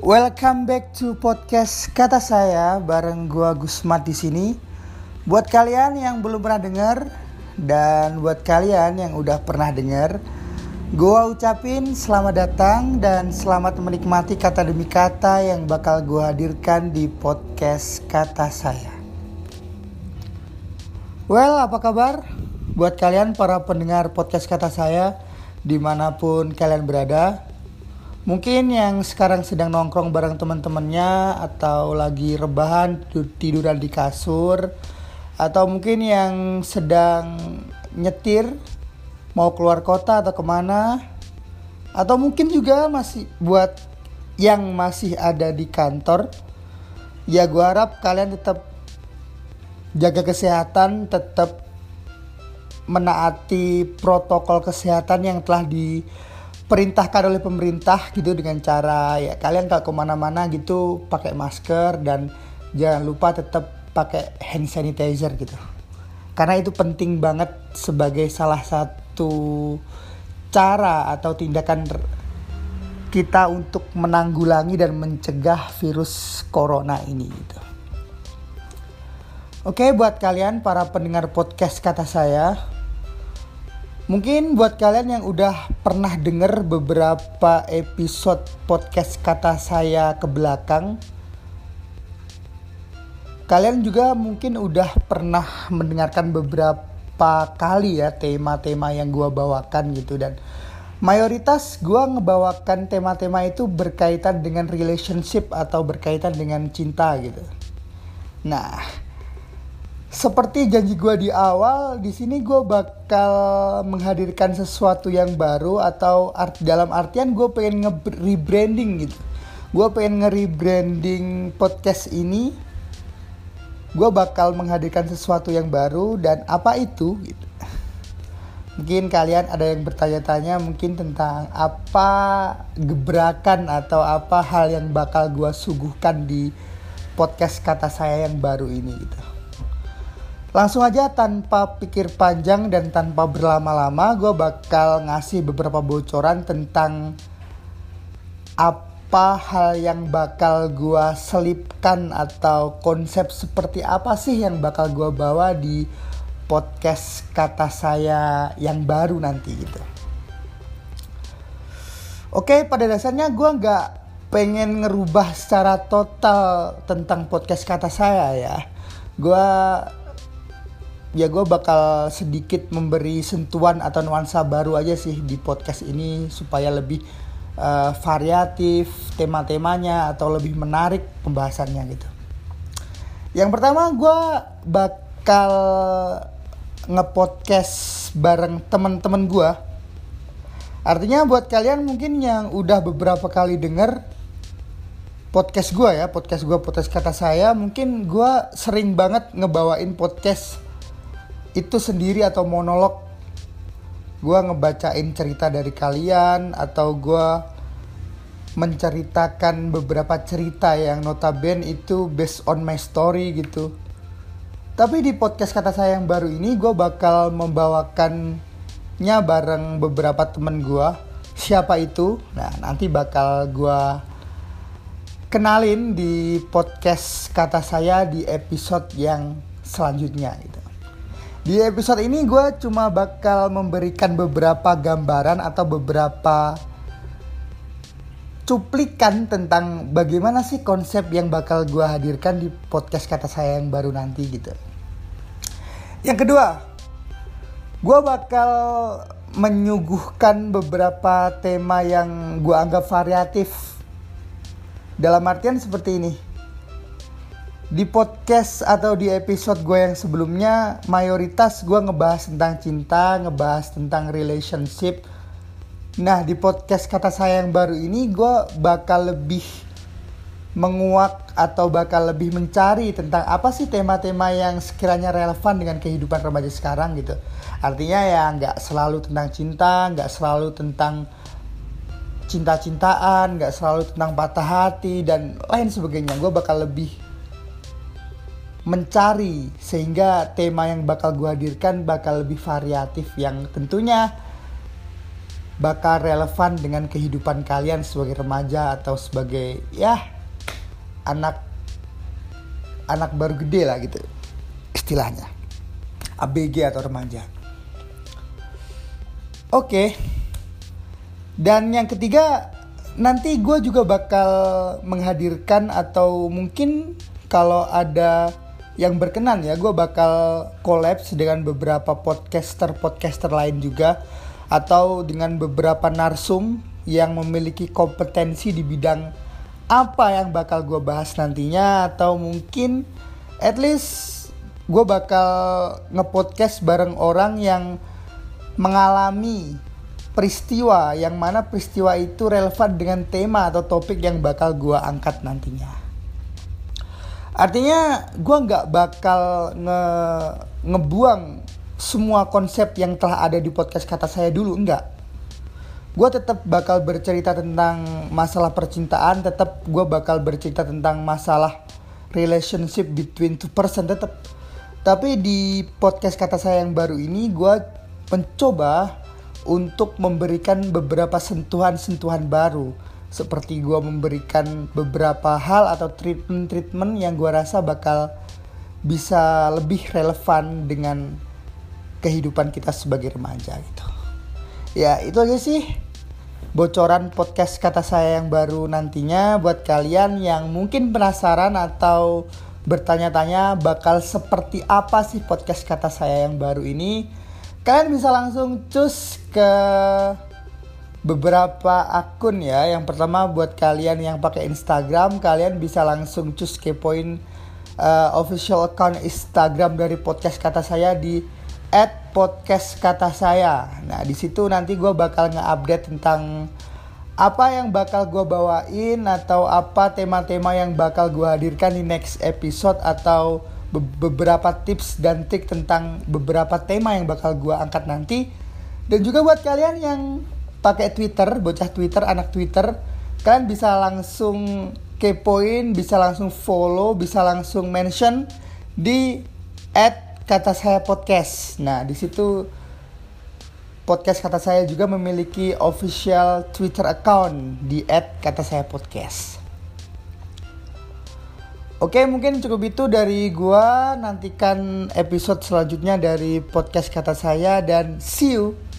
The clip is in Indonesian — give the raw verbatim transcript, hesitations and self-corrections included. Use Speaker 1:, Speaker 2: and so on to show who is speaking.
Speaker 1: Welcome back to podcast Kata Saya bareng gua Gusmat di sini. Buat kalian yang belum pernah dengar dan buat kalian yang udah pernah dengar, gua ucapin selamat datang dan selamat menikmati kata demi kata yang bakal gua hadirkan di podcast Kata Saya. Well, apa kabar? Buat kalian para pendengar podcast Kata Saya dimanapun kalian berada. Mungkin yang sekarang sedang nongkrong bareng teman-temannya, atau lagi rebahan tiduran di kasur, atau mungkin yang sedang nyetir mau keluar kota atau kemana, atau mungkin juga masih buat yang masih ada di kantor. Ya gue harap kalian tetap jaga kesehatan, tetap menaati protokol kesehatan yang telah di perintahkan oleh pemerintah gitu, dengan cara ya kalian kalau kemana-mana gitu pakai masker dan jangan lupa tetap pakai hand sanitizer gitu, karena itu penting banget sebagai salah satu cara atau tindakan kita untuk menanggulangi dan mencegah virus corona ini gitu. Oke, buat kalian para pendengar podcast Kata Saya, mungkin buat kalian yang udah pernah denger beberapa episode podcast Kata Saya ke belakang, kalian juga mungkin udah pernah mendengarkan beberapa kali ya tema-tema yang gua bawakan gitu, dan mayoritas gua ngebawakan tema-tema itu berkaitan dengan relationship atau berkaitan dengan cinta gitu. Nah, seperti janji gue di awal, di sini gue bakal menghadirkan sesuatu yang baru, atau art, dalam artian gue pengen nge-rebranding gitu. Gue pengen nge-rebranding podcast ini. Gue bakal menghadirkan sesuatu yang baru, dan apa itu gitu. Mungkin kalian ada yang bertanya-tanya mungkin tentang apa gebrakan atau apa hal yang bakal gue suguhkan di podcast Kata Saya yang baru ini gitu. Langsung aja tanpa pikir panjang dan tanpa berlama-lama, gue bakal ngasih beberapa bocoran tentang apa hal yang bakal gue selipkan atau konsep seperti apa sih yang bakal gue bawa di podcast Kata Saya yang baru nanti gitu. Oke, pada dasarnya gue gak pengen ngerubah secara total tentang podcast Kata Saya ya. Gue Ya gue bakal sedikit memberi sentuhan atau nuansa baru aja sih di podcast ini, supaya lebih uh, variatif tema-temanya atau lebih menarik pembahasannya gitu. Yang pertama, gue bakal nge-podcast bareng teman-teman gue. Artinya buat kalian mungkin yang udah beberapa kali denger podcast gue ya, podcast gue, podcast Kata Saya, mungkin gue sering banget ngebawain podcast itu sendiri atau monolog. Gue ngebacain cerita dari kalian, atau gue menceritakan beberapa cerita yang notabene itu based on my story gitu. Tapi di podcast Kata Saya yang baru ini, gue bakal membawakannya bareng beberapa temen gue. Siapa itu? Nah, nanti bakal gue kenalin di podcast Kata Saya di episode yang selanjutnya gitu. Di episode ini gue cuma bakal memberikan beberapa gambaran atau beberapa cuplikan tentang bagaimana sih konsep yang bakal gue hadirkan di podcast Kata Saya yang baru nanti gitu. Yang kedua, gue bakal menyuguhkan beberapa tema yang gue anggap variatif. Dalam artian seperti ini. Di podcast atau di episode gue yang sebelumnya, mayoritas gue ngebahas tentang cinta, ngebahas tentang relationship. Nah, di podcast Kata Saya yang baru ini, gue bakal lebih menguak atau bakal lebih mencari tentang apa sih tema-tema yang sekiranya relevan dengan kehidupan remaja sekarang gitu. Artinya ya gak selalu tentang cinta, gak selalu tentang cinta-cintaan, gak selalu tentang patah hati, dan lain sebagainya. Gue bakal lebih mencari, sehingga tema yang bakal gue hadirkan bakal lebih variatif, yang tentunya bakal relevan dengan kehidupan kalian sebagai remaja atau sebagai ya anak anak baru gede lah gitu istilahnya, A B G atau remaja. Oke. Dan yang ketiga, nanti gue juga bakal menghadirkan atau mungkin kalau ada yang berkenan ya, gue bakal collabs dengan beberapa podcaster-podcaster lain juga, atau dengan beberapa narsum yang memiliki kompetensi di bidang apa yang bakal gue bahas nantinya, atau mungkin at least gue bakal nge-podcast bareng orang yang mengalami peristiwa yang mana peristiwa itu relevan dengan tema atau topik yang bakal gue angkat nantinya. Artinya gue gak bakal nge ngebuang semua konsep yang telah ada di podcast Kata Saya dulu, enggak. Gue tetap bakal bercerita tentang masalah percintaan, tetap gue bakal bercerita tentang masalah relationship between two person, tetap. Tapi di podcast Kata Saya yang baru ini gue mencoba untuk memberikan beberapa sentuhan-sentuhan baru, seperti gue memberikan beberapa hal atau treatment-treatment yang gue rasa bakal bisa lebih relevan dengan kehidupan kita sebagai remaja gitu. Ya itu aja sih bocoran podcast Kata Saya yang baru nantinya. Buat kalian yang mungkin penasaran atau bertanya-tanya bakal seperti apa sih podcast Kata Saya yang baru ini, kalian bisa langsung cus ke beberapa akun ya. Yang pertama buat kalian yang pakai Instagram, kalian bisa langsung cus kepoin uh, official account Instagram dari podcast Kata Saya di et podcast kata saya. Nah di situ nanti gue bakal nge-update tentang apa yang bakal gue bawain atau apa tema-tema yang bakal gue hadirkan di next episode, atau beberapa tips dan trik tentang beberapa tema yang bakal gue angkat nanti. Dan juga buat kalian yang pakai Twitter, bocah Twitter, anak Twitter, kalian bisa langsung kepoin, bisa langsung follow, bisa langsung mention di et Kata Saya Podcast. Nah di situ podcast Kata Saya juga memiliki official Twitter account di et Kata Saya Podcast. Oke, mungkin cukup itu dari gua. Nantikan episode selanjutnya dari podcast Kata Saya dan see you